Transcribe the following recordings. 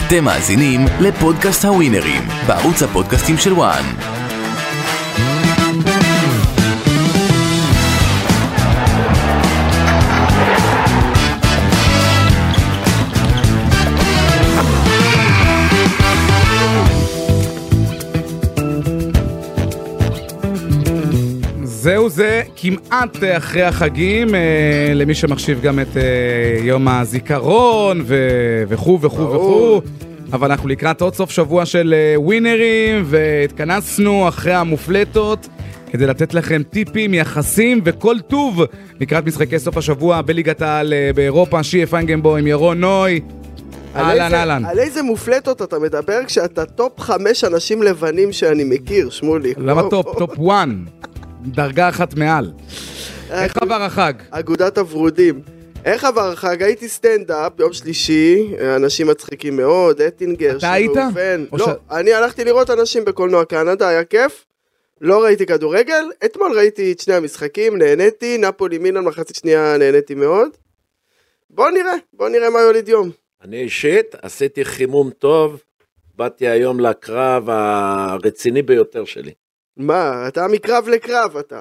אתם מאזינים לפודקאסט הווינרים, בערוץ הפודקאסטים של וואן. זהו זה, כמעט אחרי החגים, למי שמחשיב גם את יום הזיכרון וכו' וכו' וכו', אבל אנחנו לקראת עוד סוף שבוע של ווינרים, והתכנסנו אחרי המופלטות כדי לתת לכם טיפים, יחסים וכל טוב לקראת משחקי סוף השבוע בליגת העל באירופה. שיה פיינגנבוים עם ירון נוי. אהלן. על איזה מופלטות אתה מדבר כשאתה טופ 5 אנשים לבנים שאני מכיר, שמולי? למה טופ 1? דרגה אחת מעל. איך עבר החג? אגודת הוורודים. איך עבר החג? הייתי סטנדאפ ביום שלישי, אנשים מצחיקים מאוד, אטינגר. אתה היית? לא, אני הלכתי לראות אנשים בקולנוע קנדה, היה כיף. לא ראיתי כדורגל, אתמול ראיתי את שני המשחקים, נהניתי, נפולי מילאן מחצית שנייה נהניתי מאוד. בוא נראה מה יוליד יום. אני אישית עשיתי חימום טוב, באתי היום לקרב הרציני ביותר שלי. מה? אתה מקרב לקרב, אתה.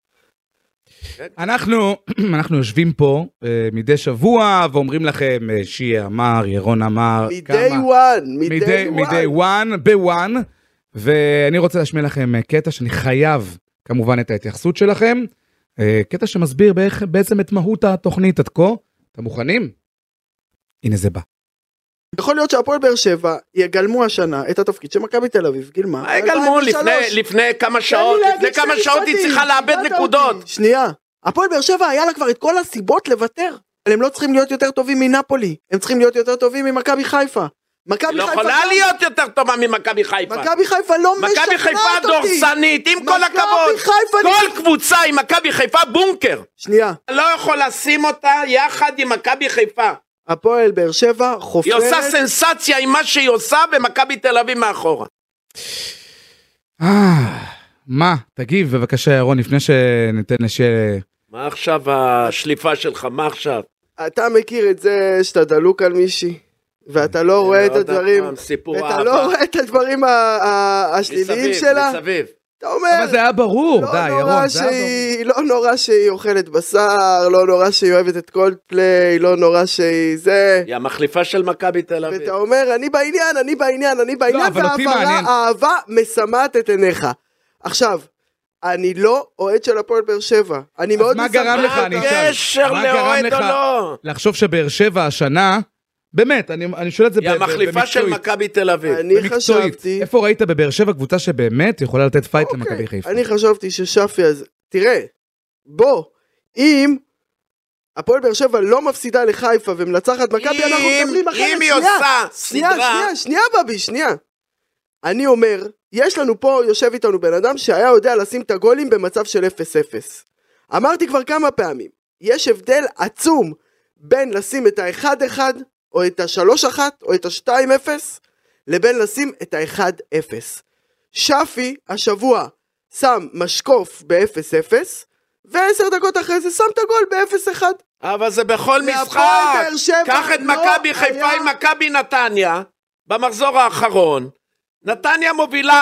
אנחנו יושבים פה מדי שבוע ואומרים לכם, שיה אמר, ירון אמר, מדי וואן, בוואן, ואני רוצה להשמיע לכם קטע שאני חייב כמובן את ההתייחסות שלכם, קטע שמסביר בעצם את מהות התוכנית עד כה. אתם מוכנים? הנה זה בא. יכול להיות שהפועל באר שבע יגלמו השנה את התפקיד שמכבי תל אביב גילמה. יגלמו לפני כמה שעות, היא צריכה לאבד נקודות. שנייה, הפועל באר שבע היה לה כבר את כל הסיבות לוותר. הם לא צריכים להיות יותר טובים מנפולי, הם צריכים להיות יותר טובים ממכבי חיפה. היא לא יכולה להיות יותר טובה ממכבי חיפה. מכבי חיפה לא משכנעת אותי. מכבי חיפה דורסנית, עם כל הכבוד. כל קבוצה עם מכבי חיפה בונקר. שנייה. לא יכול לשים אותה יחד עם מכבי חיפה. הפועל באר שבע חופרת. היא עושה סנסציה עם מה שהיא עושה במכבי תל אביב מאחורה. מה? תגיב בבקשה ירון, לפני שניתן מה עכשיו השליפה שלך? מה עכשיו? אתה מכיר את זה שאתה דלוק על מישהי, ואתה לא רואה את הדברים, אתה לא רואה את הדברים השליליים שלה? מסביב. אתה אומר, אבל זה היה ברור, די ירון, לא נורא שהיא אוכלת בשר, לא נורא שהיא אוהבת את קולדפליי, לא נורא שהיא זה. היא המחליפה של מכבי תל אביב. ואתה אומר, אני בעניין, והאהבה מסמת את עיניך. עכשיו, אני לא אוהד של הפועל באר שבע. אני מאוד מה גרם לך, אני קשר לאוהד או לא? לחשוב שבאר שבע השנה, באמת, אני שואל את זה במקצועית. היא המחליפה של מכבי תל אביב. אני חשבתי... איפה ראית בבאר שבע קבוצה שבאמת יכולה לתת פייט למכבי חיפה? אני חשבתי ששפי אז... תראה, בוא, אם הפועל באר שבע לא מפסידה לחיפה ומנצחת מכבי, אנחנו מדברים אחרת. אם היא עושה סדרה... שנייה, בבי, שנייה. אני אומר, יש לנו פה, יושב איתנו בן אדם שהיה יודע לשים את הגולים במצב של 0-0. אמרתי כבר כמה פעמים, יש הבדל עצום בין לשים את ה-1-1, או את ה-3-1, או את ה-2-0, לבין לשים את ה-1-0. שפי השבוע שם משקוף ב-0-0, ו10 דקות אחרי זה שם את הגול ב-0-1. אבל זה בכל משחק. קח את מכבי חיפה עם מכבי נתניה, במחזור האחרון, נתניה מובילה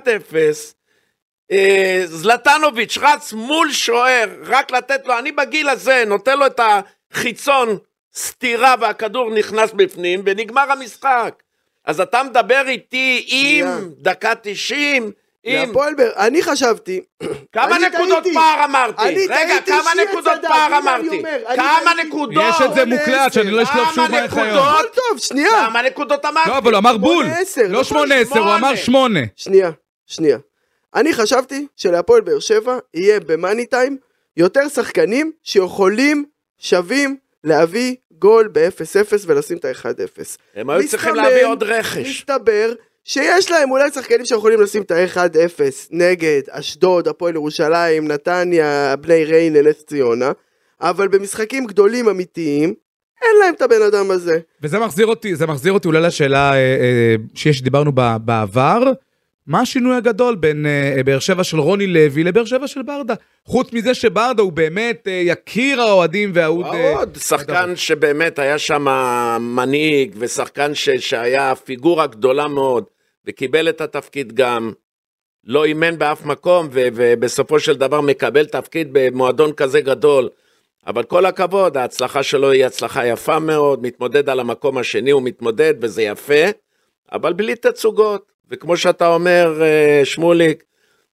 1-0, זלטנוביץ' רץ מול שוער, רק לתת לו, אני בגיל הזה, נותן לו את החיצון סתירה, והכדור נכנס בפנים, ונגמר המשחק. אז אתה מדבר איתי עם דקה 90, אני חשבתי... כמה נקודות פער אמרתי? רגע, כמה נקודות פער אמרתי? כמה נקודות? יש את זה מוקלט, שאני לא אשלוף שוב מהחיות. טוב, שנייה. כמה נקודות אמרתי? לא, אבל הוא אמר בול. לא 18, הוא אמר 8. שנייה. אני חשבתי שלהפועל באר שבע יהיה במאני טיים יותר שחקנים שיכולים, שווים, להביא גול ב-0-0 ולשים את ה-1-0. הם היו צריכים להביא עוד רכש. מסתבר שיש להם אולי שחקנים שיכולים לשים את ה-1-0 נגד אשדוד, הפועל ירושלים, נתניה, בני ריינה, נס ציונה, אבל במשחקים גדולים אמיתיים, אין להם את הבן אדם הזה. וזה מחזיר אותי אולי לשאלה שיש דיברנו בעבר, מה השינוי הגדול בין באר שבע של רוני לוי לבאר שבע של ברדה? חוץ מזה שברדה הוא באמת יקיר האוהדים והאהוד... עוד שחקן שבאמת היה שם מנהיג, ושחקן שהיה פיגורה גדולה מאוד, וקיבל את התפקיד גם, לא אימן באף מקום, ובסופו של דבר מקבל תפקיד במועדון כזה גדול. אבל כל הכבוד, ההצלחה שלו היא הצלחה יפה מאוד, מתמודד על המקום השני, הוא מתמודד וזה יפה, אבל בלי תצוגות. וכמו שאתה אומר, שמוליק,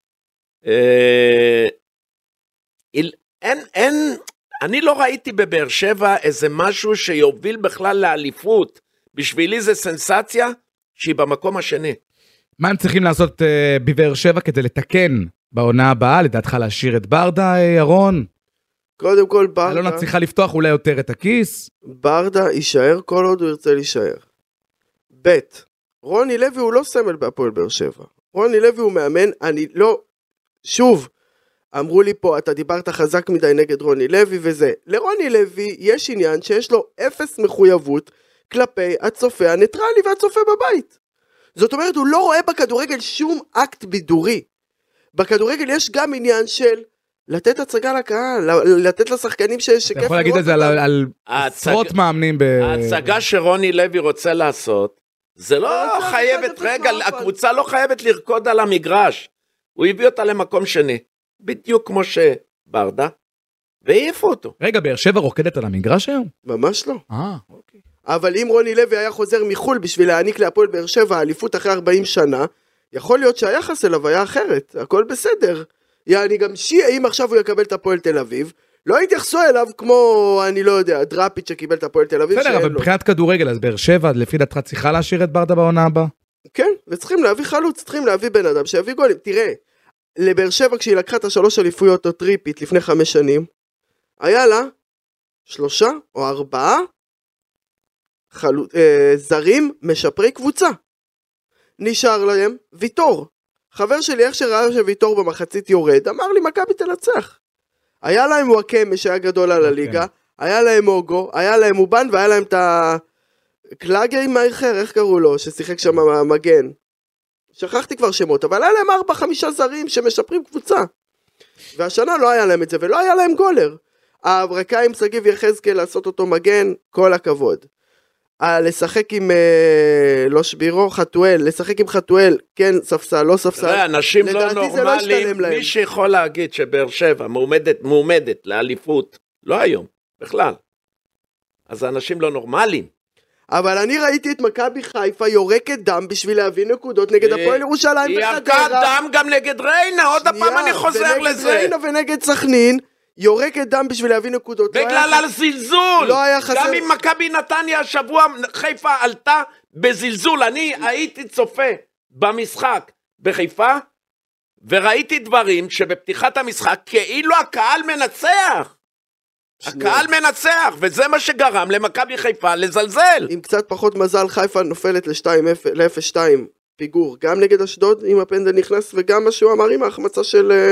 אני לא ראיתי בבאר שבע איזה משהו שיוביל בכלל לאליפות. בשבילי זה סנסציה שהיא במקום השני. מה הם צריכים לעשות בבאר שבע כדי לתקן בעונה הבאה? לדעתך להשאיר את ברדה, ירון? קודם כל ברדה... אלונה צריכה לפתוח אולי יותר את הכיס? ברדה יישאר כל עוד הוא ירצה להישאר. ב' רוני לוי הוא לא סמל בהפועל באר שבע. רוני לוי הוא מאמן, אני לא... שוב, אמרו לי פה, אתה דיברת חזק מדי נגד רוני לוי וזה. לרוני לוי יש עניין שיש לו אפס מחויבות כלפי הצופה הניטרלי והצופה בבית. זאת אומרת, הוא לא רואה בכדורגל שום אקט בידורי. בכדורגל יש גם עניין של לתת הצגה לקהל, לתת לשחקנים שכיף... אתה יכול להגיד את זה על עשרות מאמנים ההצגה שרוני לוי רוצה לעשות, זה לא חייבת, רגע, הקבוצה לא חייבת לרקוד על המגרש. הוא הביא אותה למקום שני, בדיוק כמו שברדה, והעיפו אותו. רגע, באר שבע רוקדת על המגרש היום? ממש לא. אוקיי. אבל אם רוני לוי היה חוזר מחול בשביל להעניק להפועל באר שבע אליפות אחרי 40 שנה, יכול להיות שהיחס אליו היה אחרת, הכל בסדר. יעני גם אם עכשיו הוא יקבל את הפועל תל אביב, לא יתייחסו אליו כמו, אני לא יודע, דראפיץ' שקיבל את הפועל תל אביב. בסדר, אבל מבחינת כדורגל, אז באר שבע, לפי דעתך צריכה להשאיר את ברדה בעונה הבאה? כן, וצריכים להביא חלוץ, צריכים להביא בן אדם שיביא גולים. תראה, לבאר שבע כשהיא לקחה את 3 אליפויות או טריפית לפני 5 שנים, היה לה 3 או 4 זרים משפרי קבוצה. נשאר להם ויטור. חבר שלי איך שראה שוויטור במחצית יורד, אמר לי מכבי תנצח. היה להם וואקמה שהיה גדול על הליגה, היה להם אוגו, היה להם אובן והיה להם את הקלאגי מאיחר, איך קראו לו, ששיחק שם מגן. שכחתי כבר שמות, אבל היה להם 4-5 זרים שמשפרים קבוצה. והשנה לא היה להם את זה, ולא היה להם גולר. ההברקה עם סגיב יחזקאל לעשות אותו מגן, כל הכבוד. לשחק עם לא שבירו, חתואל, לשחק עם חתואל, כן ספסל, לא ספסל. תראה, אנשים לא נורמליים, מי שיכול להגיד שבאר שבע מועמדת לאליפות, לא היום, בכלל. אז האנשים לא נורמליים. אבל אני ראיתי את מכבי חיפה יורקת דם בשביל להביא נקודות נגד הפועל ירושלים וחדרה. היא ירקה דם גם נגד ריינה, עוד הפעם אני חוזר לזה. ונגד ריינה ונגד סכנין, יורקת דם בשביל להביא נקודות. בגלל הזלזול. לא היה חסר. גם אם מכבי נתניה השבוע חיפה עלתה בזלזול. אני הייתי צופה במשחק בחיפה, וראיתי דברים שבפתיחת המשחק כאילו הקהל מנצח. הקהל מנצח, וזה מה שגרם למכבי חיפה לזלזל. עם קצת פחות מזל חיפה נופלת ל-0-2 פיגור, גם נגד אשדוד עם הפנדל נכנס, וגם מה שהוא אמר עם ההחמצה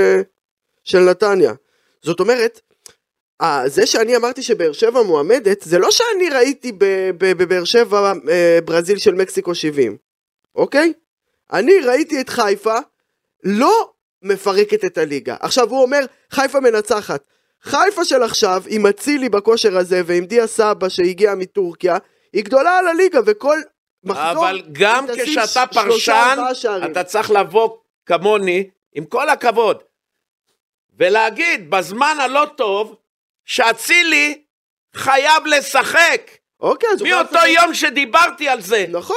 של נתניה. זאת אומרת, זה שאני אמרתי שבאר שבע מועמדת, זה לא שאני ראיתי בבאר שבע ברזיל של מקסיקו 70, אוקיי? אני ראיתי את חיפה לא מפרקת את הליגה. עכשיו הוא אומר, חיפה מנצחת. חיפה של עכשיו, עם אצילי בכושר הזה, ועם דיה סבא שהגיע מטורקיה, היא גדולה על הליגה, וכל מחזור... אבל גם כשאתה פרשן, אתה צריך לבוא כמוני, עם כל הכבוד, ולהגיד בזמן הלא טוב, שאצילי חייב לשחק. אוקיי, מאותו יום שדיברתי על זה. נכון.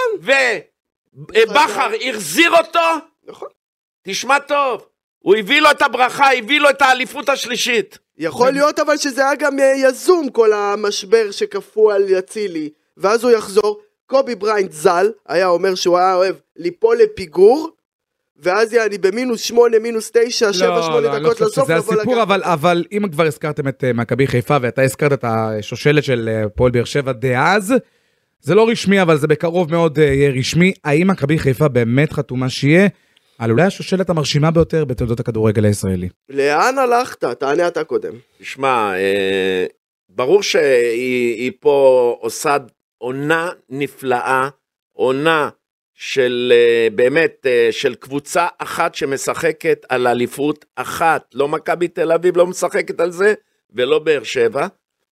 ובחר החזיר אותו. נכון. תשמע טוב. הוא הביא לו את הברכה, הביא לו את האליפות השלישית. יכול להיות אבל שזה היה גם יזום כל המשבר שכפו על אצילי, ואז הוא יחזור. קובי בריינט ז"ל היה אומר שהוא היה אוהב ליפול לפיגור, ואז אני במינוס 8, מינוס 9, 7-8 דקות לסוף. זה הסיפור, אבל אם כבר הזכרתם את מכבי חיפה, ואתה הזכרת את השושלת של הפועל באר שבע דאז, זה לא רשמי, אבל זה בקרוב מאוד יהיה רשמי. האם מכבי חיפה באמת חתומה שיהיה על אולי השושלת המרשימה ביותר בתולדות הכדורגל הישראלי? לאן הלכת? תענה אתה קודם. תשמע, ברור שהיא פה עושה עונה נפלאה, עונה של באמת, של קבוצה אחת שמשחקת על אליפות אחת, לא מכבי תל אביב לא משחקת על זה, ולא באר שבע,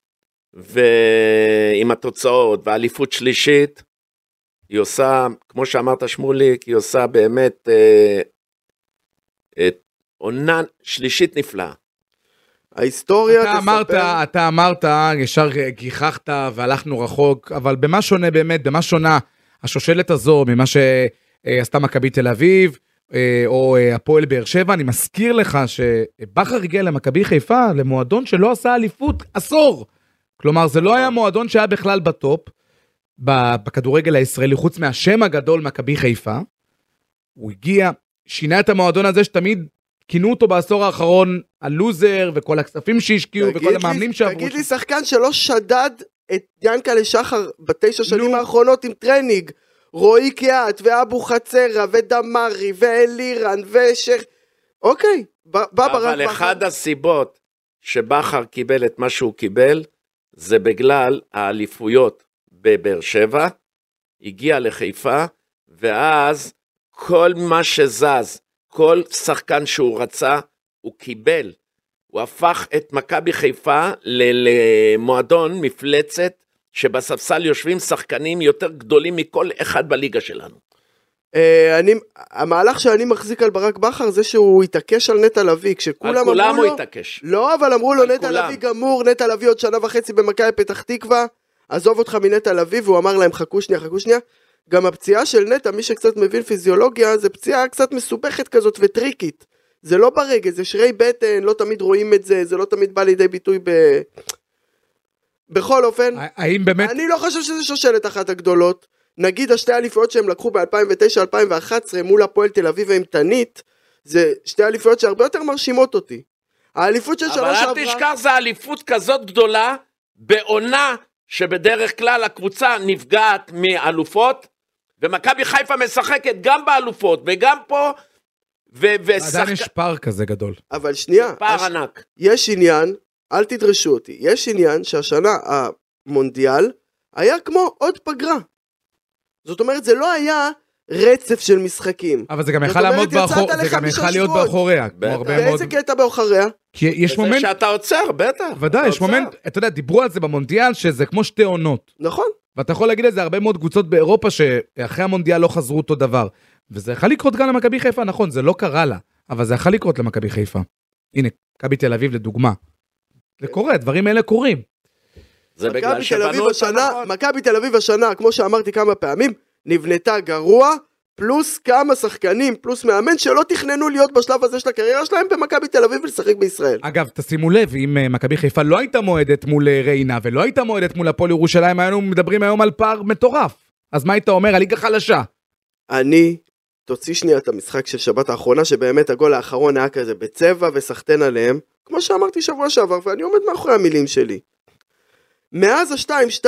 ועם התוצאות, והאליפות שלישית, היא עושה, כמו שאמרת שמוליק, היא עושה באמת עונה שלישית נפלאה. ההיסטוריה אתה אמרת, ישר גיחכת והלכנו רחוק, אבל במה שונה באמת, במה שונה השושלת הזו ממה שעשתה מכבי תל אביב, או הפועל באר שבע? אני מזכיר לך שבכר הגיע למכבי חיפה, למועדון שלא עשה אליפות עשור. כלומר, זה לא היה מועדון שהיה בכלל בטופ, בכדורגל הישראלי, חוץ מהשם הגדול מכבי חיפה. הוא הגיע, שינה את המועדון הזה שתמיד כינו אותו בעשור האחרון, הלוזר וכל הכספים שהשקיעו וכל המאמנים שעברו. תגיד לי שחקן שלא שדד את ינקלה שחר ב9 שנים האחרונות עם טרנינג, רועי קיאט ואבו חצרה ודמרי ואלירן ושך, אוקיי, בא ברק בכר. אבל אחד הסיבות שבכר קיבל את מה שהוא קיבל, זה בגלל האליפויות בבאר שבע, הגיע לחיפה, ואז כל מה שזז, כל שחקן שהוא רצה, הוא קיבל. הוא הפך את מכבי חיפה למועדון מפלצת, שבספסל יושבים שחקנים יותר גדולים מכל אחד בליגה שלנו. המהלך שאני מחזיק על ברק בכר, זה שהוא התעקש על נטע לביא, כשכולם אמרו לו... על כולם הוא התעקש. לא, אבל אמרו לו נטע לביא גמור, נטע לביא עוד 1.5 שנה במכבי פתח תקווה, עזוב אותך מנטע לביא, והוא אמר להם חכו שנייה. גם הפציעה של נטע, מי שקצת מבין פיזיולוגיה, זה פציעה קצת מסובכת כזאת וטריקית. זה לא ברגע, זה שרי בטן, לא תמיד רואים את זה, זה לא תמיד בא לידי ביטוי בכל אופן, האם באמת... אני לא חושב שזה שושלת אחת הגדולות. נגיד השתי אליפויות שהם לקחו ב-2009-2011 מול הפועל תל אביב ועם תנית, זה שתי אליפויות שהרבה יותר מרשימות אותי. האליפות של שנה שעברה... אבל אל תשכח, זה אליפות כזאת גדולה, בעונה שבדרך כלל הקבוצה נפגעת מאלופות, ומכבי חיפה משחקת גם באלופות, וגם פה, עדיין יש פער כזה גדול. אבל שנייה, פער ענק. יש עניין, אל תדרשו אותי, יש עניין שהשנה המונדיאל היה כמו עוד פגרה. זאת אומרת, זה לא היה רצף של משחקים. אבל זה גם יכל לעמוד באחור, זה גם יכל להיות באחוריה. באיזה קטע באחוריה? כי יש מומנט... זה שאתה עוצר, בטח. ודאי, יש מומנט, אתה יודע, דיברו על זה במונדיאל, שזה כמו שתי עונות. נכון. ואתה יכול להגיד את זה, הרבה מאוד קבוצות באירופה, שאחרי המונדיאל לא חזרו אותו דבר. וזה יכול לקרות גם למכבי חיפה, נכון, זה לא קרה לה, אבל זה יכול לקרות למכבי חיפה. הנה, מכבי תל אביב לדוגמה. זה קורה, דברים האלה קורים. זה בגלל שבנו אותה נכון. מכבי תל אביב השנה, כמו שאמרתי כמה פעמים, נבנתה גרוע, פלוס כמה שחקנים, פלוס מאמן, שלא תכננו להיות בשלב הזה של הקריירה שלהם במכבי תל אביב ולשחק בישראל. אגב, תשימו לב, אם מכבי חיפה לא הייתה מועדת מול ריינה, ולא הייתה מועדת מול הפועל ירושלים, היינו מדברים היום על פער מטורף. אז מה היית אומר? הליגה חלשה. תוציא שנייה את המשחק של שבת האחרונה, שבאמת הגול האחרון היה כזה בצבע וסחטן עליהם, כמו שאמרתי שבוע שעבר, ואני עומד מאחורי המילים שלי. מאז ה-2-2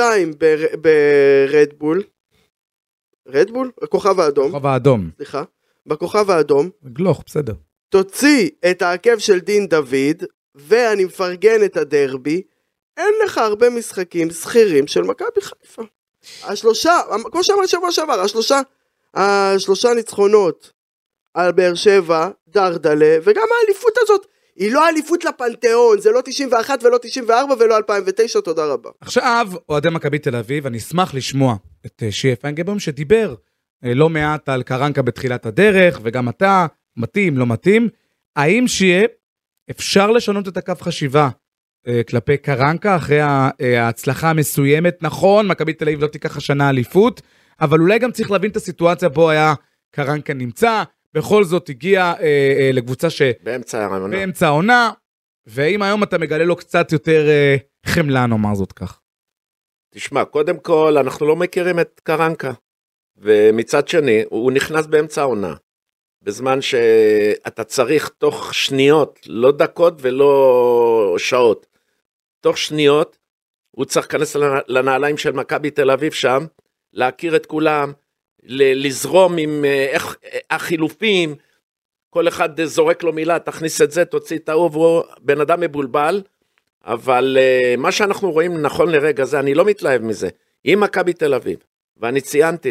ברדבול, רדבול? הכוכב האדום. הכוכב האדום. סליחה. בכוכב האדום. גלוך, בסדר. תוציא את העקב של דין דוד, ואני מפרגן את הדרבי, אין לך הרבה משחקים סחירים של מכבי חיפה. השלושה, כמו שאמר שבוע שעבר, השלושה ניצחונות על באר שבע, דרדלה, וגם האליפות הזאת, היא לא אליפות לפנתיאון, זה לא 91 ולא 94 ולא 2009, תודה רבה. עכשיו, אוהדי מכבי תל אביב, אני אשמח לשמוע את שיה פיינגבאום שדיבר לא מעט על קרנקה בתחילת הדרך, וגם אתה, מתאים, לא מתאים. האם שיה אפשר לשנות את הקו חשיבה כלפי קרנקה אחרי ההצלחה המסוימת? נכון, מכבי תל אביב לא תיקח השנה אליפות, אבל אולי גם צריך להבין את הסיטואציה פה היה קרנקה נמצא, בכל זאת הגיע לקבוצה באמצע העונה, ואם היום אתה מגלה לו קצת יותר חמלה, נאמר זאת כך. תשמע, קודם כל אנחנו לא מכירים את קרנקה, ומצד שני הוא נכנס באמצע העונה, בזמן שאתה צריך תוך שניות, לא דקות ולא שעות, תוך שניות הוא צריך להיכנס לנעליים של מכבי תל אביב שם, להכיר את כולם, לזרום עם החילופים, כל אחד זורק לו מילה, תכניס את זה, תוציא את ההוא, והוא בן אדם מבולבל, אבל מה שאנחנו רואים נכון לרגע זה, אני לא מתלהב מזה, עם מכבי תל אביב, ואני ציינתי לי,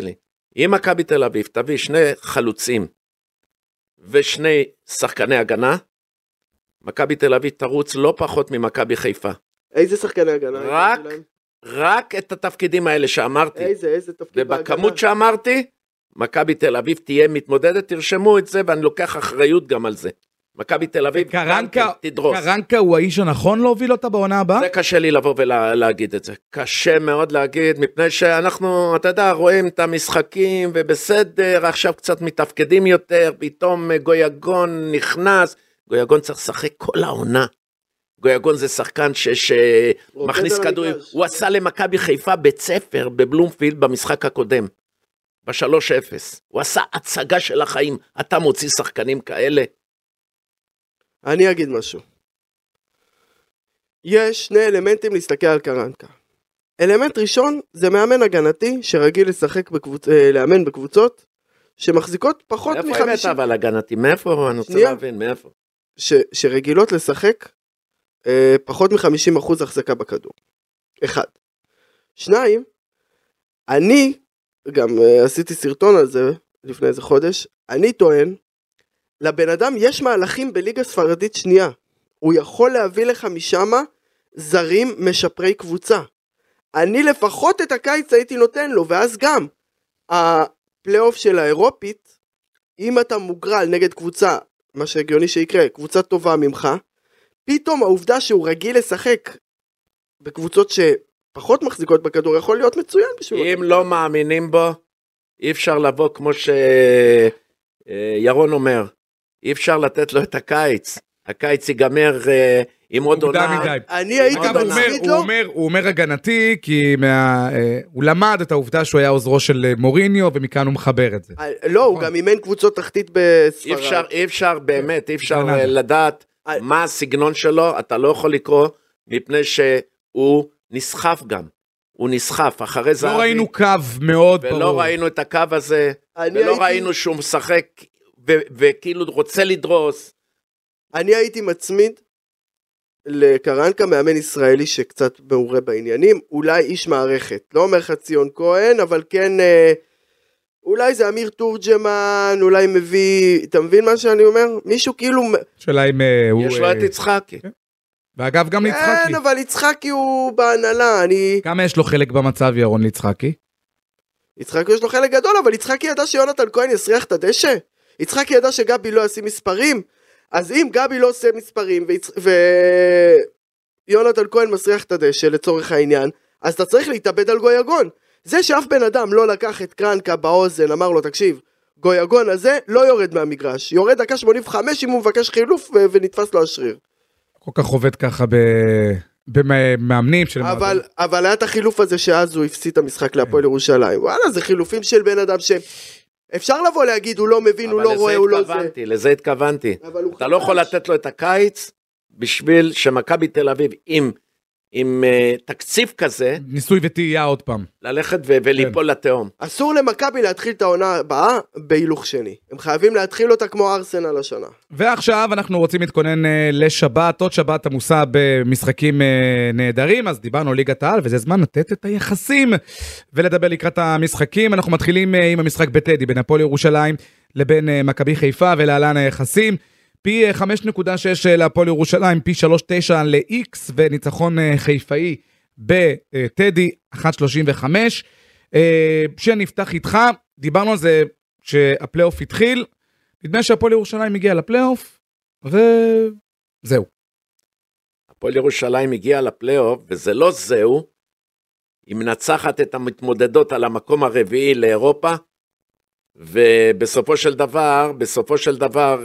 אם מכבי תל אביב תביא 2 חלוצים ו2 שחקני הגנה, מכבי תל אביב תרוץ לא פחות ממכבי חיפה. איזה שחקני הגנה? רק את התפקידים האלה שאמרתי. איזה תפקיד בהגנה? ובכמות שאמרתי, מכבי תל אביב תהיה מתמודדת, תרשמו את זה, ואני לוקח אחריות גם על זה. מכבי תל אביב תדרוס. קרנקה הוא האיש הנכון להוביל אותה בעונה הבאה? זה קשה לי לבוא ולהגיד את זה. קשה מאוד להגיד, מפני שאנחנו, אתה יודע, רואים את המשחקים, ובסדר, עכשיו קצת מתפקדים יותר, פתאום גויגון נכנס, גויגון צריך לשחק כל העונה. גויגון זה שחקן שמכניס כדור, הוא עשה למכבי חיפה בית ספר בבלומפילד במשחק הקודם, ב-3-0. הוא עשה הצגה של החיים, אתה מוציא שחקנים כאלה? אני אגיד משהו. יש 2 אלמנטים להסתכל על קרנקה. אלמנט ראשון זה מאמן הגנתי שרגיל לאמן בקבוצות שמחזיקות פחות מ-50. מאיפה הבאת אבל הגנתי? מאיפה? אני רוצה להבין, מאיפה? שרגילות לשחק פחות מ-50% החזקה בכדור. 1. 2, אני גם עשיתי סרטון על זה לפני איזה חודש, אני טוען, לבן אדם יש מהלכים בליגה ספרדית שנייה, הוא יכול להביא לך משם זרים משפרי קבוצה. אני לפחות את הקיץ הייתי נותן לו, ואז גם הפלייאוף של האירופית, אם אתה מוגרל נגד קבוצה, מה שהגיוני שיקרה, קבוצה טובה ממך, פתאום העובדה שהוא רגיל לשחק בקבוצות שפחות מחזיקות בכדור, יכול להיות מצוין בשביל... אם לא מאמינים בו, אי אפשר לבוא כמו שירון אומר, אי אפשר לתת לו את הקיץ. הקיץ ייגמר עם עוד עונה. אני הייתי מצמיד לו. הוא אומר הגנתי, כי הוא למד את העובדה שהוא היה עוזרו של מוריניו, ומכאן הוא מחבר את זה. לא, הוא גם אימן קבוצות תחתית בספרד. אי אפשר באמת, אי אפשר לדעת מה הסגנון שלו, אתה לא יכול לקרוא, מפני שהוא נסחף גם. הוא נסחף, אחרי זה... לא ראינו קו מאוד ברור. ולא ראינו את הקו הזה, ולא ראינו שהוא משחק, וכאילו רוצה לדרוס. אני הייתי מצמיד לקרנקה, מאמן ישראלי שקצת מעורה בעניינים, אולי איש מערכת, לא אומר לך ציון כהן, אבל כן, אולי זה אמיר תורג'מן, אולי מביא, אתה מבין מה שאני אומר? מישהו כאילו... שאלה אם הוא... יש לו את יצחקי. ואגב גם ליצחקי. כן, אבל יצחקי הוא בהנהלה, כמה יש לו חלק במצב ירון ליצחקי? יצחקי יש לו חלק גדול, אבל יצחקי ידע שיונתן כהן יסריח את הדשא? יצחקי ידע שגבי לא ישים מספרים? אז אם גבי לא עושה מספרים ויונתן כהן מסריח את הדשא לצורך העניין, אז אתה צריך להתאבד על גויגון. זה שאף בן אדם לא לקח את קרנקה באוזן, אמר לו תקשיב, גויגון הזה לא יורד מהמגרש, יורד דקה 85 אם הוא מבקש חילוף ונתפס לו השריר. כל כך עובד ככה במאמנים של... אבל היה את החילוף הזה שאז הוא הפסיד את המשחק להפועל ירושלים. וואלה, זה חילופים של בן אדם ש... אפשר לבוא להגיד, הוא לא מבין, הוא לא רואה, הוא לא זה. לזה התכוונתי. אתה לא יכול לתת לו את הקיץ, בשביל שמכבי תל אביב, עם תקציב כזה, ניסוי וטעייה עוד פעם. ללכת וליפול לתהום. אסור למכבי להתחיל את העונה הבאה בהילוך שני. הם חייבים להתחיל אותה כמו ארסנל השנה. ועכשיו אנחנו רוצים להתכונן לשבת, עוד שבת עמוסה במשחקים נהדרים, אז דיברנו ליגת העל, וזה זמן לתת את היחסים, ולדבר לקראת המשחקים. אנחנו מתחילים עם המשחק בטדי, בין הפועל ירושלים לבין מכבי חיפה, ולהלן היחסים. פי 5.6 להפועל ירושלים, פי 3.9 ל-X, וניצחון חיפאי בטדי, 1.35. שנפתח איתך, דיברנו על זה שהפלייאוף התחיל, נדמה שהפועל ירושלים הגיע לפלייאוף, וזהו. הפועל ירושלים הגיע לפלייאוף, וזה לא זהו, היא מנצחת את המתמודדות על המקום הרביעי לאירופה, ובסופו של דבר,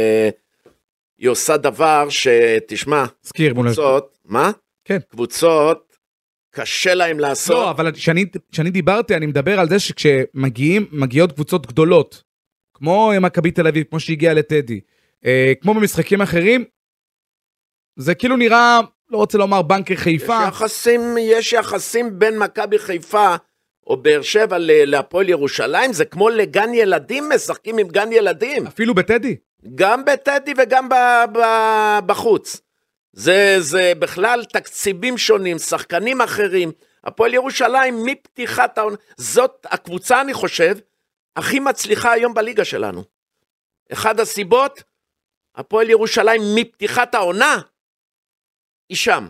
היא עושה דבר שתשמע, קבוצות, מה? כן. קבוצות, קשה להם לעשות. לא, אבל כשאני דיברתי, אני מדבר על זה שכשמגיעות קבוצות גדולות, כמו מכבי תל אביב, כמו שהגיעה לטדי, כמו במשחקים אחרים, זה כאילו נראה, לא רוצה לומר בנקר חיפה. יש יחסים בין מכבי חיפה, או באר שבע להפועל ירושלים, זה כמו לגן ילדים, משחקים עם גן ילדים. אפילו בטדי. גם בטדי וגם בחוץ. זה בכלל תקציבים שונים, שחקנים אחרים. הפועל ירושלים מפתיחת העונה, זאת הקבוצה אני חושב, הכי מצליחה היום בליגה שלנו. אחד הסיבות, הפועל ירושלים מפתיחת העונה, היא שם.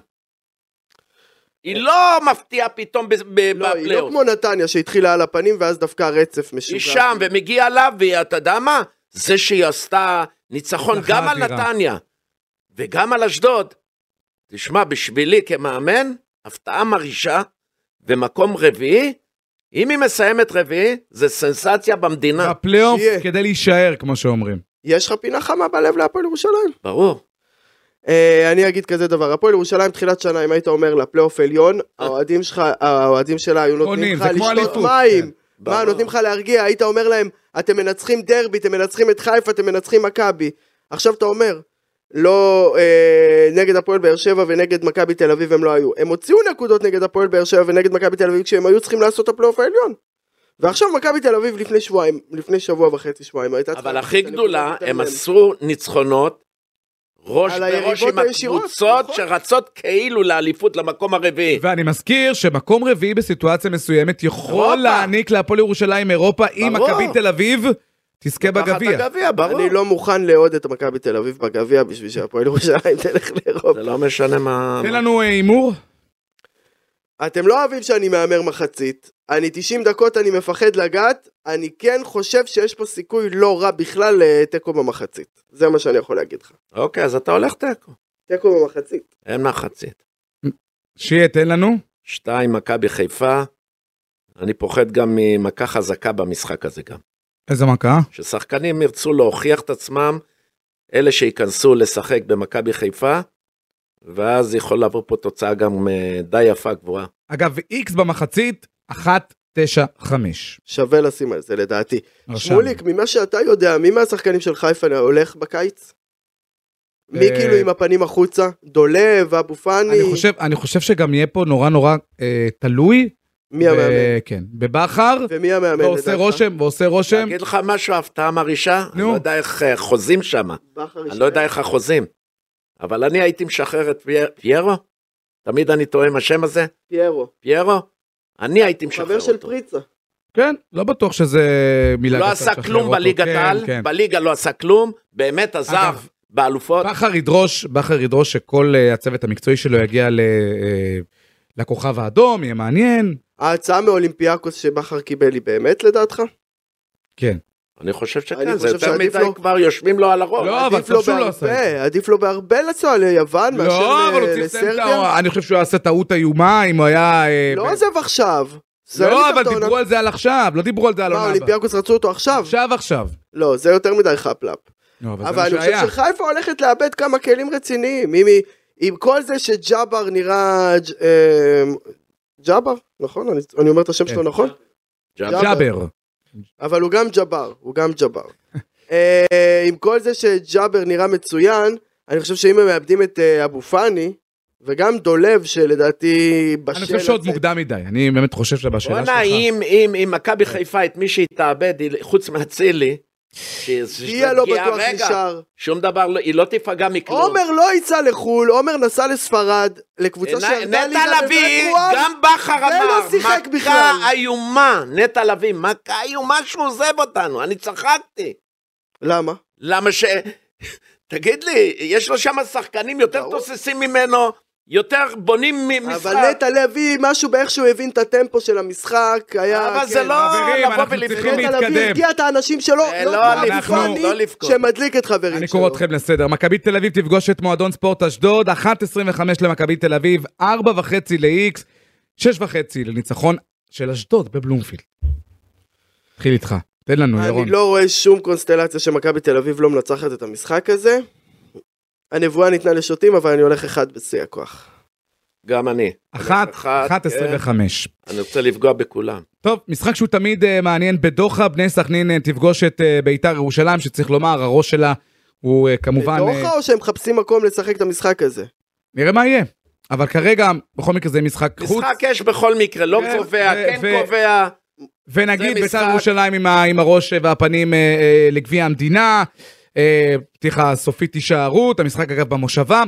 היא לא מפתיעה פתאום בפלייאוף. היא לא כמו נתניה שהתחילה על הפנים ואז דווקא רצף משוגע. היא שם ומגיע עליו, ואתה יודע מה? זה שהיא עשתה ניצחון גם על נתניה וגם על אשדוד. תשמע, בשבילי כמאמן, הפתעה מרעישה ומקום רביעי, אם היא מסיימת רביעי, זה סנסציה במדינה. בפלייאוף כדי להישאר, כמו שאומרים. יש לך פינה חמה בלב להפועל ירושלים? ברור. אני אגיד כזה דבר, הפועל ירושלים תחילת שנה, אם היית אומר לה פלייאוף עליון, האוהדים שלה היו נותנים לך לשתות מים, מה, נותנים לך להרגיע, היית אומר להם, אתם מנצחים דרבי, אתם מנצחים את חיפה, אתם מנצחים מכבי. עכשיו אתה אומר, לא נגד הפועל באר שבע ונגד מכבי תל אביב הם לא היו. הם הוציאו נקודות נגד הפועל באר שבע ונגד מכבי תל אביב כשהם היו צריכים לעשות הפלייאוף העליון. ועכשיו מכבי תל אביב לפני שבוע וחצי שבועיים. אבל הכי גדולה, הם עשו ניצחונות ראש בראש עם הקבוצות שרצות כאילו לאליפות למקום הרביעי. ואני מזכיר שמקום רביעי בסיטואציה מסוימת יכול להעניק להפועל ירושלים אירופה עם מכבי תל אביב תזכה בגביע. אני לא מוכן לעוד את מכבי תל אביב בגביע בשביל שהפועל ירושלים תלך לאירופה. זה לא משנה מה... תן לנו הימור. אתם לא אוהבים שאני מאמר מחצית. אני 90 דקות אני מפחד לגעת. אני כן חושב שיש פה סיכוי לא רע בכלל לתיקו במחצית. זה מה שאני יכול להגיד לך. אוקיי, אז אתה הולך תיקו. תיקו במחצית. אין מחצית. שיהיה, תן לנו. 2 מכבי חיפה. אני פוחד גם ממכה חזקה במשחק הזה גם. איזה מכה? ששחקנים ירצו להוכיח את עצמם, אלה שיכנסו לשחק במכבי חיפה, ואז יכול לעבור פה תוצאה גם די יפה גבוהה. אגב, X במחצית, 1.95. שווה לשים על זה לדעתי. שמוליק, ממה שאתה יודע, מי מהשחקנים של חיפה הולך בקיץ? מי כאילו עם הפנים החוצה? דולב, אבו פאני? אני חושב שגם יהיה פה נורא תלוי. מי המאמן? כן, בבחר. ומי המאמן? ועושה רושם. אני אגיד לך משהו, הפתעה מרישה, אני לא יודע איך חוזים שם. אני לא יודע איך החוזים. אבל אני הייתי משחרר את פיירו. תמיד אני טועה עם השם הזה. פיירו. אני הייתי משחרר אותו. חבר של פריצה. כן, לא בטוח שזה מילה. לא עשה כלום בליגת העל, בליגה לא עשה כלום, באמת עזב באלופות. בכר ידרוש שכל הצוות המקצועי שלו יגיע לכוכב האדום, יהיה מעניין. ההצעה מאולימפיאקוס שבכר קיבל היא באמת לדעתך? כן. אני חושב שכן, זה יותר מדי כבר יושבים לו על הראש. לא, אבל טוב שהוא לא עשה. עדיף לו בהרבה לנסוע ליוון מאשר לסרביה. אני חושב שהוא יעשה טעות איומה אם הוא היה... לא עוזב עכשיו. לא, אבל דיברו על זה על עכשיו, לא דיברו על זה על עונה. מה, אולימפיאקוס רצו אותו עכשיו? עכשיו. לא, זה יותר מדי חפלאפ. אבל אני חושב שחיפה הולכת לאבד כמה כלים רציניים. עם כל זה שג'אבר נראה... ג'אבר, נכון? אני אומר את השם שלו נכון? ג'אבר. אבל הוא גם ג'אבר. עם כל זה שג'אבר נראה מצוין, אני חושב שאם הם מאבדים את אבו פאני, וגם דולב שלדעתי בשל... אני חושב שעוד מוקדם מדי, אני באמת חושב שבשאלה שלך... אם מכבי חיפה את מי שהתאבד, חוץ מהצילי, תהיה לא בטוח נשאר. שום דבר, היא לא תפגע מכלום. עומר לא יצא לחול, עומר נסע לספרד, לקבוצה שירדה ליגה בפברואר, גם בכר אמר, מכה איומה, נטע לביא, מכה איומה שהוא עוזב אותנו, אני צחקתי. למה? למה תגיד לי, יש לו שם שחקנים יותר תוססים ממנו, יותר בונים משחק. אבל נטע לביא, משהו באיך שהוא הבין את הטמפו של המשחק, היה... אבל זה לא לבוא ולבחור. נטע לביא הרגיע את האנשים שלו, לא לבכות. שמדליק את חברים שלו. אני קורא אתכם לסדר. מכבי תל אביב תפגוש את מועדון ספורט אשדוד, 1.25 למכבי תל אביב, 4.5 ל-X, 6.5 לניצחון של אשדוד בבלומפילד. התחיל איתך. תן לנו, ירון. אני לא רואה שום קונסטלציה שמכבי תל אביב לא מנצחת את המשחק הזה. הנבואה ניתנה לשוטים, אבל אני הולך אחד בשיא הכוח. גם אני. 1.25. אני רוצה לפגוע בכולם. טוב, משחק שהוא תמיד מעניין בדוחה, בני סכנין תפגוש את ביתר ירושלים, שצריך לומר, הראש שלה הוא כמובן... בדוחה או שהם מחפשים מקום לשחק את המשחק הזה? נראה מה יהיה. אבל כרגע, בכל מקרה זה משחק חוץ. משחק יש בכל מקרה, לא קובע, כן קובע. ונגיד ביתר ירושלים עם הראש והפנים לגביע המדינה, פתיחה סופית הישארות, המשחק אגב במושבה,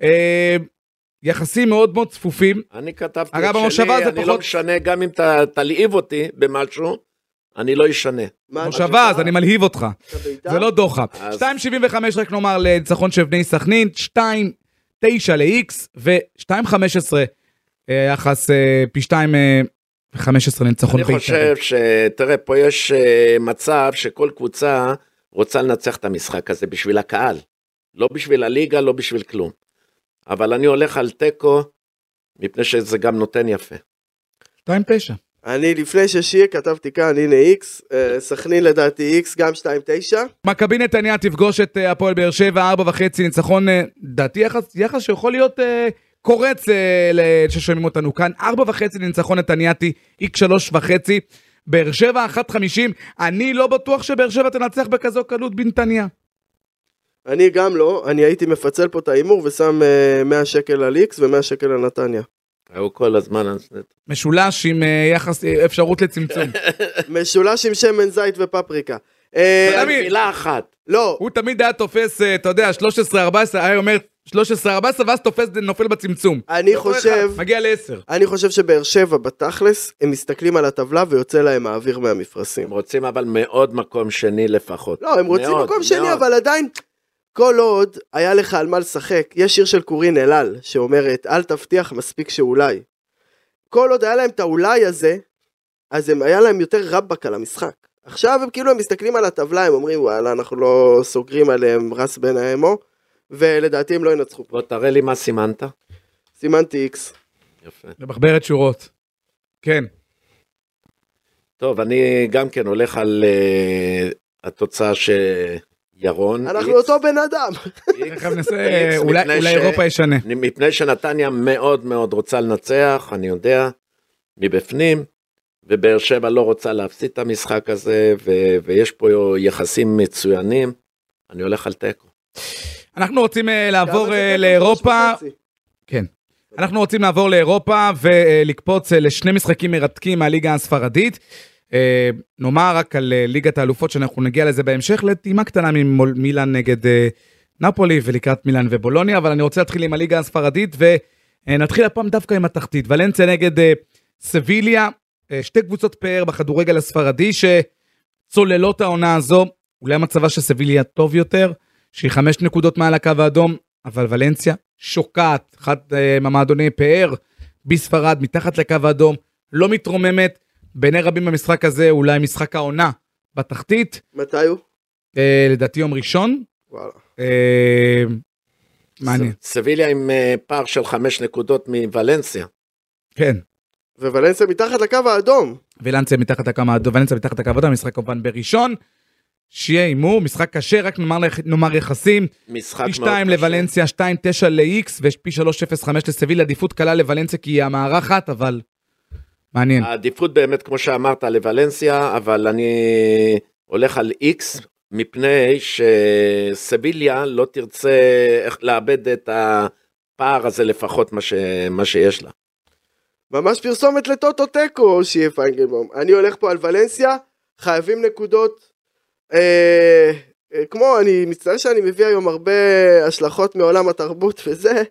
יחסים מאוד מאוד צפופים. אני כתבתי את שלי, אני לא משנה גם אם תלעיב אותי במשהו, אני לא ישנה. מושבה, אז אני מלהיב אותך. זה לא דוחה. 2.75 רק נאמר לניצחון של בני סכנין, 2.9 ל-X ו-2.15 יחס פי 2.15 לניצחון בית"ר. אני חושב תראה, פה יש מצב שכל קבוצה רוצה לנצח את המשחק הזה בשביל הקהל. לא בשביל הליגה, לא בשביל כלום. אבל אני הולך על טקו, מפני שזה גם נותן יפה. 2.9. אני לפני ששיהיה כתבתי כאן, הנה X, סכנין לדעתי X, גם 2.9. מכבי נתניה תפגוש את הפועל באר שבע, 4.5 ניצחון, דעתי יחס שיכול להיות קורץ ששומעים אותנו כאן, 4.5 ניצחון נתניאתי, X 3.5, באר שבע 1.50, אני לא בטוח שבאר שבע תנצח בכזו קלות בנתניה. אני גם לא, אני הייתי מפצל פה את האימור ושם 100 שקל על X ו100 שקל על נתניה. הוא כל הזמן משולש עם יחס אפשרות לצמצום. משולש עם שמן זית ופפריקה. מילה אחת. לא. הוא תמיד היה תופס, אתה יודע, 13-14, היה אומר 13-14, ואז תופס נופל בצמצום. אני חושב... מגיע ל-10. אני חושב שבאר שבע בתכלס, הם מסתכלים על הטבלה ויוצא להם האוויר מהמפרשים. הם רוצים אבל מאוד מקום שני לפחות. לא, הם רוצים מקום שני, אבל עדיין... כל עוד היה לך על מה לשחק, יש שיר של קורין אלעל שאומרת, אל תבטיח מספיק שאולי. כל עוד היה להם את האולי הזה, אז היה להם יותר רבק על המשחק. עכשיו הם כאילו הם מסתכלים על הטבלה, הם אומרים, וואלה, אנחנו לא סוגרים עליהם רס בין האמו, ולדעתי הם לא ינצחו. בוא תראה לי מה סימנת. סימנתי X. יפה. למחברת שורות. כן. טוב, אני גם כן הולך על התוצאה ירון. אנחנו אותו בן אדם. אולי אירופה ישנה. מפני שנתניה מאוד מאוד רוצה לנצח, אני יודע, מבפנים, ובאר שבע לא רוצה להפסיד את המשחק הזה, ויש פה יחסים מצוינים, אני הולך על טקו. אנחנו רוצים לעבור לאירופה. כן. אנחנו רוצים לעבור לאירופה, ולקפוץ לשני משחקים מרתקים מהליגה הספרדית. נאמר רק על ליגת האלופות שאנחנו נגיע לזה בהמשך, לטעימה קטנה ממילאן נגד נפולי ולקראת מילאן ובולוניה, אבל אני רוצה להתחיל עם הליגה הספרדית ונתחיל הפעם דווקא עם התחתית. ולנסיה נגד סביליה, שתי קבוצות פאר בכדורגל הספרדי שצוללות העונה הזו, אולי מצבה של סביליה טוב יותר, שהיא 5 נקודות מעל הקו האדום, אבל ולנסיה שוקעת, אחת ממועדוני פאר בספרד מתחת לקו האדום, לא מתרוממת, בעיני רבים במשחק הזה, אולי משחק העונה בתחתית. מתי הוא? לדעתי יום ראשון. וואלה. מעניין. סביליה עם פער של 5 נקודות מוולנסיה. כן. וולנסיה מתחת לקו האדום. ולנסיה מתחת לקו האדום, המשחק כמובן בראשון. שיהיה אימור, משחק קשה, רק נאמר יחסים. משחק פי 2 לוולנסיה, 2.9 ל-X, ופי 3.05 לסביליה, עדיפות קלה לוולנסיה, כי היא המערכת, אבל... מעניין. העדיפות באמת, כמו שאמרת, לוולנסיה, אבל אני הולך על X, מפני שסביליה לא תרצה לאבד את הפער הזה לפחות מה שיש לה. ממש פרסומת לטוטו טקו, שיהיה פיינגלבום. אני הולך פה על ולנסיה, חייבים נקודות, כמו, אני מצטער שאני מביא היום הרבה השלכות מעולם התרבות וזה,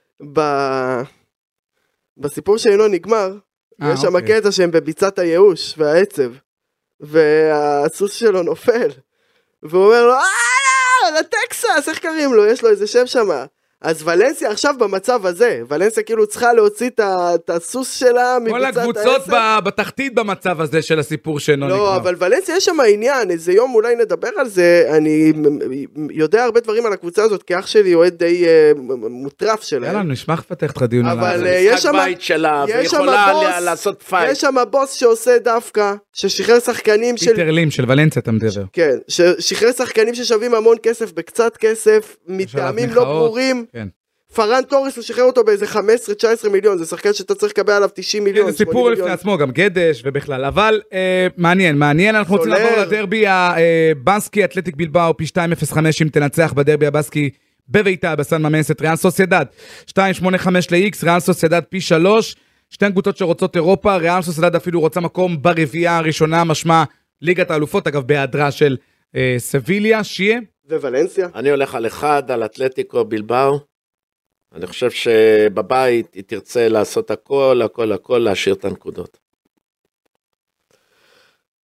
בסיפור שאינו נגמר, יש שם קטע שהם בביצת הייאוש והעצב, והסוס שלו נופל, והוא אומר לו, לטקסס, איך קוראים לו? יש לו איזה שם שם. אז ולנסיה עכשיו במצב הזה, ולנסיה כאילו צריכה להוציא את הסוס שלה מביצת העצב. כל הקבוצות בתחתית במצב הזה של הסיפור שאינו נגמר. לא, אבל ולנסיה יש שם העניין, איזה יום אולי נדבר על זה, אני יודע הרבה דברים על הקבוצה הזאת, כי אח שלי אוהד די מוטרף שלהם. יאללה, נשמח לפתח את הדיון עליו. אבל יש שם... בית שלה, ויכולה לעשות פייט. יש שם בוס שעושה דווקא, ששחרר שחקנים של... פיטר לים של ולנסיה אתה מדבר. כן, ששחרר שחקנים ששווים המון כסף בקצת כסף, מטעמים לא ברורים. כן. פרן טורס הוא שחרר אותו באיזה 15-19 מיליון, זה שחקן שאתה צריך לקבל עליו 90 מיליון. זה סיפור לפני עצמו, גם גדש ובכלל, אבל מעניין, אנחנו רוצים לעבור לדרבי הבסקי, אתלטיק בלבאו, פי 2.05 אם תנצח בדרבי הבסקי בביתה, בסן ממסת, ריאל סוסיידד, 2.85 ל-X, ריאל סוסיידד פי 3, שתי קבוצות שרוצות אירופה, ריאל סוסיידד אפילו רוצה מקום ברביעייה הראשונה, משמע ליגת האלופות, אגב בהיעדרה של סביליה, שיהיה. וולנסיה. אני הולך על אחד, על אתלטיקו בלבאו, אני חושב שבבית היא תרצה לעשות הכל, להשאיר את הנקודות.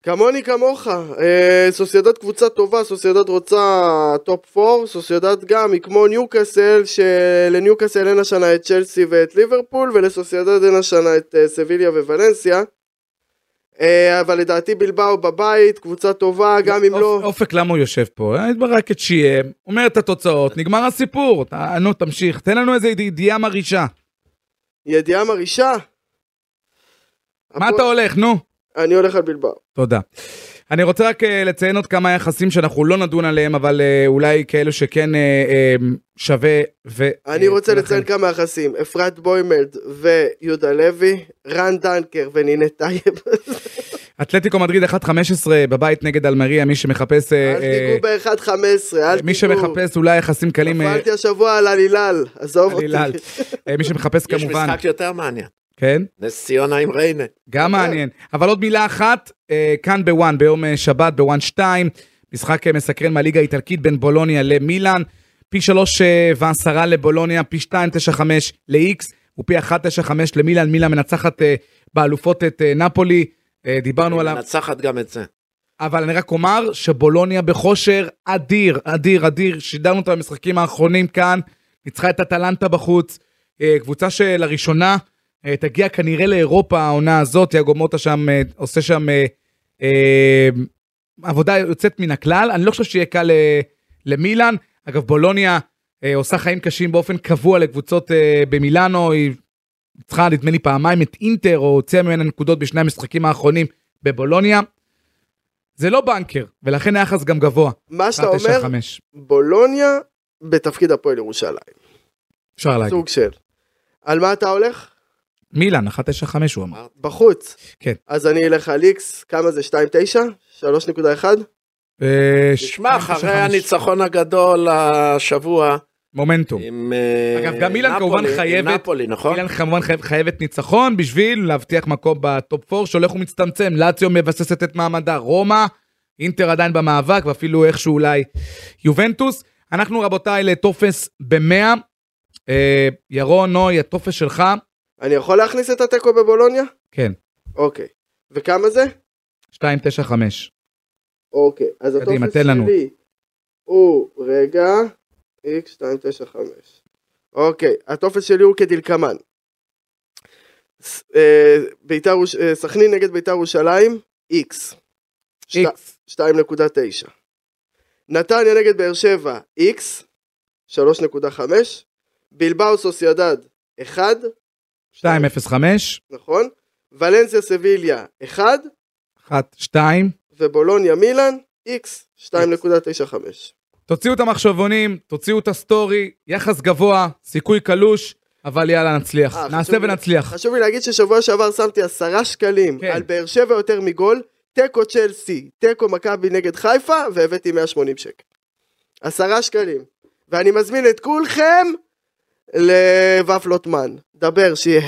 כמוני כמוך, סוסיידד קבוצה טובה, סוסיידד רוצה טופ 4, סוסיידד גם היא כמו ניוקאסל, שלניוקאסל אין השנה את צ'לסי ואת ליברפול, ולסוסיידד אין השנה את סביליה וולנסיה, אבל לדעתי בלבאו בבית, קבוצה טובה, גם אם לא... אופק, למה הוא יושב פה? התברק את שיה, אומר את התוצאות, נגמר הסיפור, נו תמשיך, תן לנו איזה ידיעה מרישה. ידיעה מרישה? מה אתה הולך, נו? אני הולך על בלבאו. תודה. אני רוצה רק לציין עוד כמה יחסים שאנחנו לא נדון עליהם, אבל אולי כאלו שכן שווה אני רוצה לציין כמה יחסים, אפרת בוימלד ויהודה לוי, רן דנקר ונינה טייב. אתלטיקו מדריד 1-15 בבית נגד אלמריה, מי שמחפש... אל תיגעו ב-1-15, אל תיגעו. מי שמחפש אולי יחסים קלים... נפלתי השבוע על הלילל, עזוב אותי. מי שמחפש יש כמובן... משחק יותר מעניין. כן? נס ציונה עם ריינה. גם מעניין. אבל עוד מילה אחת, כאן בוואן, ביום שבת, בוואן 2, משחק מסקרן מהליגה האיטלקית בין בולוניה למילאן, פי 3.10 לבולוניה, פי 2.95 ל-X, ופי 1.95 למילאן, מילאן מנצחת באלופות את נפולי, דיברנו עליו. מנצחת גם את זה. אבל אני רק אומר שבולוניה בכושר אדיר, אדיר, אדיר, שידרנו אותה במשחקים האחרונים כאן, ניצחה את אטלנטה בחוץ, קבוצה שלראשונה, תגיע כנראה לאירופה העונה הזאת, יאגו מוטה שם, עושה שם עבודה יוצאת מן הכלל, אני לא חושב שיהיה קל למילאן, אגב בולוניה עושה חיים קשים באופן קבוע לקבוצות במילאנו, היא צריכה נדמה לי פעמיים את אינטר, או הוציאה ממנה נקודות בשני המשחקים האחרונים בבולוניה, זה לא בנקר, ולכן היחס גם גבוה. מה שאתה אומר, בולוניה בתפקיד הפועל ירושלים. אפשר להגיד. סוג של. על מה אתה הולך? מילאן, 1.95 הוא אמר. בחוץ? כן. אז אני אלך על X, כמה זה? 2.9? 3.1? תשמע, אחרי הניצחון הגדול השבוע, מומנטום. אגב, גם מילאן כמובן חייבת, נפולי, נכון? מילאן כמובן חייבת ניצחון, בשביל להבטיח מקום בטופ 4, שהולך ומצטמצם, לאציו מבססת את מעמדה, רומא, אינטר עדיין במאבק, ואפילו איכשהו אולי יובנטוס. אנחנו רבותיי לטופס ב-100, ירון, נוי, הטופס שלך. אני יכול להכניס את הטקו בבולוניה? כן. אוקיי. וכמה זה? 2.95. אוקיי, אז הטופס שלי הוא, רגע, X295. אוקיי, הטופס שלי הוא כדלקמן. סכנין נגד ביתר ירושלים, X. 2.9. נתניה נגד באר שבע, X. 3.5. בלבאו סוסיידד, 1. 2.05. נכון. ולנסיה סביליה, 1. 2. ובולוניה מילאן, X, 2.95. תוציאו את המחשבונים, תוציאו את הסטורי, יחס גבוה, סיכוי קלוש, אבל יאללה נצליח, נעשה ונצליח. חשוב לי להגיד ששבוע שעבר שמתי 10 שקלים על באר שבע יותר מגול, טקו צ'לסי, טקו מכבי נגד חיפה, והבאתי 180 שקל. 10 שקלים. ואני מזמין את כולכם לוופלוטמן. דבר שיהיה.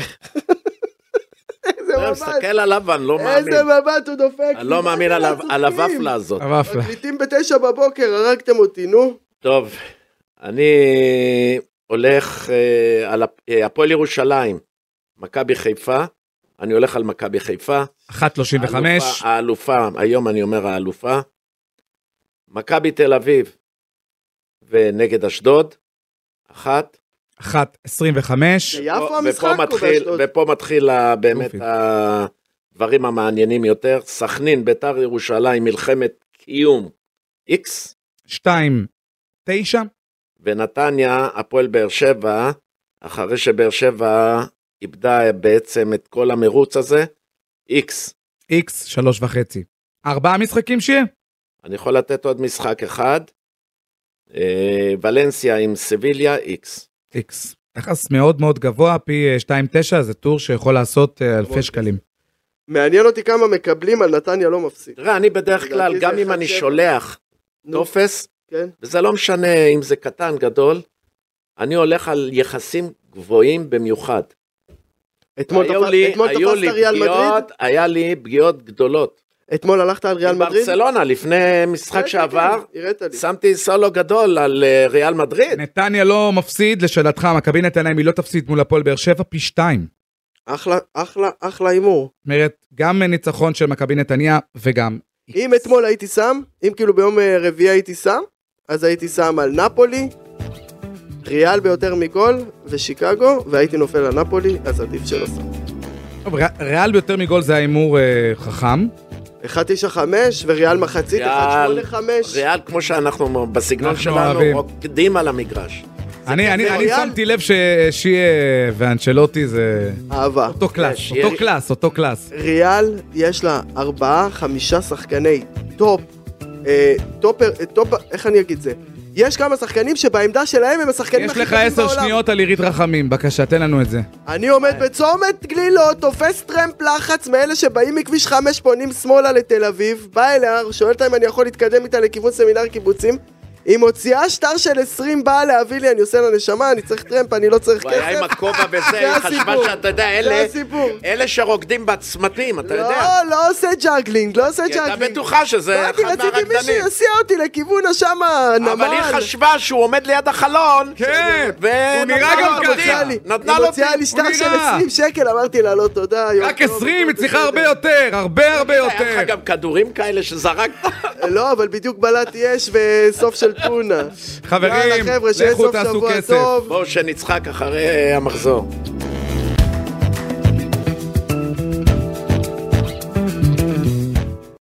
אני מסתכל עליו ואני לא מאמין. איזה מבט הוא דופק. אני לא מאמין על הוופלה הזאת. מקליטים ב9 בבוקר, הרגתם אותי, נו. טוב, אני הולך על הפועל ירושלים, מכבי חיפה, אני הולך על מכבי חיפה. 1.35. האלופה, היום אני אומר האלופה. מכבי תל אביב ונגד אשדוד, 1. 1.25. ופה מתחיל באמת הדברים המעניינים יותר. סכנין, ביתר ירושלים, מלחמת קיום, X. 2.9. ונתניה, הפועל באר שבע, אחרי שבאר שבע איבדה בעצם את כל המרוץ הזה, X. X 3.5. 4 משחקים שיהיה? אני יכול לתת עוד משחק אחד. ולנסיה עם סביליה, X. X. יחס מאוד מאוד גבוה, פי 2.9, זה טור שיכול לעשות אלפי שקלים. מעניין אותי כמה מקבלים על נתניה לא מפסיד. תראה, אני בדרך כלל, גם אם אני שולח טופס, וזה לא משנה אם זה קטן, גדול, אני הולך על יחסים גבוהים במיוחד. אתמול תפסת ריאל מדריד? היה לי פגיעות גדולות. אתמול הלכת על ריאל מדריד? ברצלונה, לפני משחק שעבר, שמתי סולו גדול על ריאל מדריד. נתניה לא מפסיד, לשאלתך, מכבי נתניה, אם היא לא תפסיד מול הפועל באר שבע, פי 2. אחלה הימור. זאת אומרת, גם ניצחון של מכבי נתניה, וגם אם אתמול הייתי שם, אם כאילו ביום רביעי הייתי שם, אז הייתי שם על נפולי, ריאל ביותר מגול ושיקגו, והייתי נופל על נפולי, אז עדיף שלא שם. טוב, ריאל ביותר מגול זה האימור חכם. 1.95 וריאל מחצית 1.85. ריאל, כמו שאנחנו בסגנון שלנו, רוקדים על המגרש. אני שמתי לב ששיה ואנצ'לוטי זה... אהבה. אותו קלאס. ריאל יש לה 4-5 שחקני טופ, איך אני אגיד זה? יש כמה שחקנים שבעמדה שלהם הם השחקנים הכי טובים בעולם. יש לך 10 שניות על עירית רחמים, בבקשה, תן לנו את זה. אני עומד בצומת גלילות, תופס טרמפ לחץ מאלה שבאים מכביש 5 פונים שמאלה לתל אביב, בא אליה, שואל אותה אם אני יכול להתקדם איתה לכיוון סמינר קיבוצים, היא מוציאה שטר של 20, באה להביא לי, אני עושה לה נשמה, אני צריך טרמפ, אני לא צריך כסף. והיה עם הכובע וזה, היא חשבה שאתה יודע, אלה שרוקדים בצמתים, אתה יודע. לא עושה ג'אגלינג, לא עושה ג'אגלינג. אתה בטוחה שזה אחד מהרקדנים. רציתי מישהו יסיע אותי לכיוון השמה, נמל. אבל היא חשבה שהוא עומד ליד החלון. כן, הוא נראה גם ככה. היא מוציאה לי שטר של 20 שקל, אמרתי לה, לא תודה. רק 20, היא צריכה הרבה יותר, הרבה יותר. היה לך גם כדורים כאלה שזרקת? לא, אבל בדיוק בלעתי אש וסוף של טונה. חברים, לכו תעשו כסף. בואו שנצחק אחרי המחזור.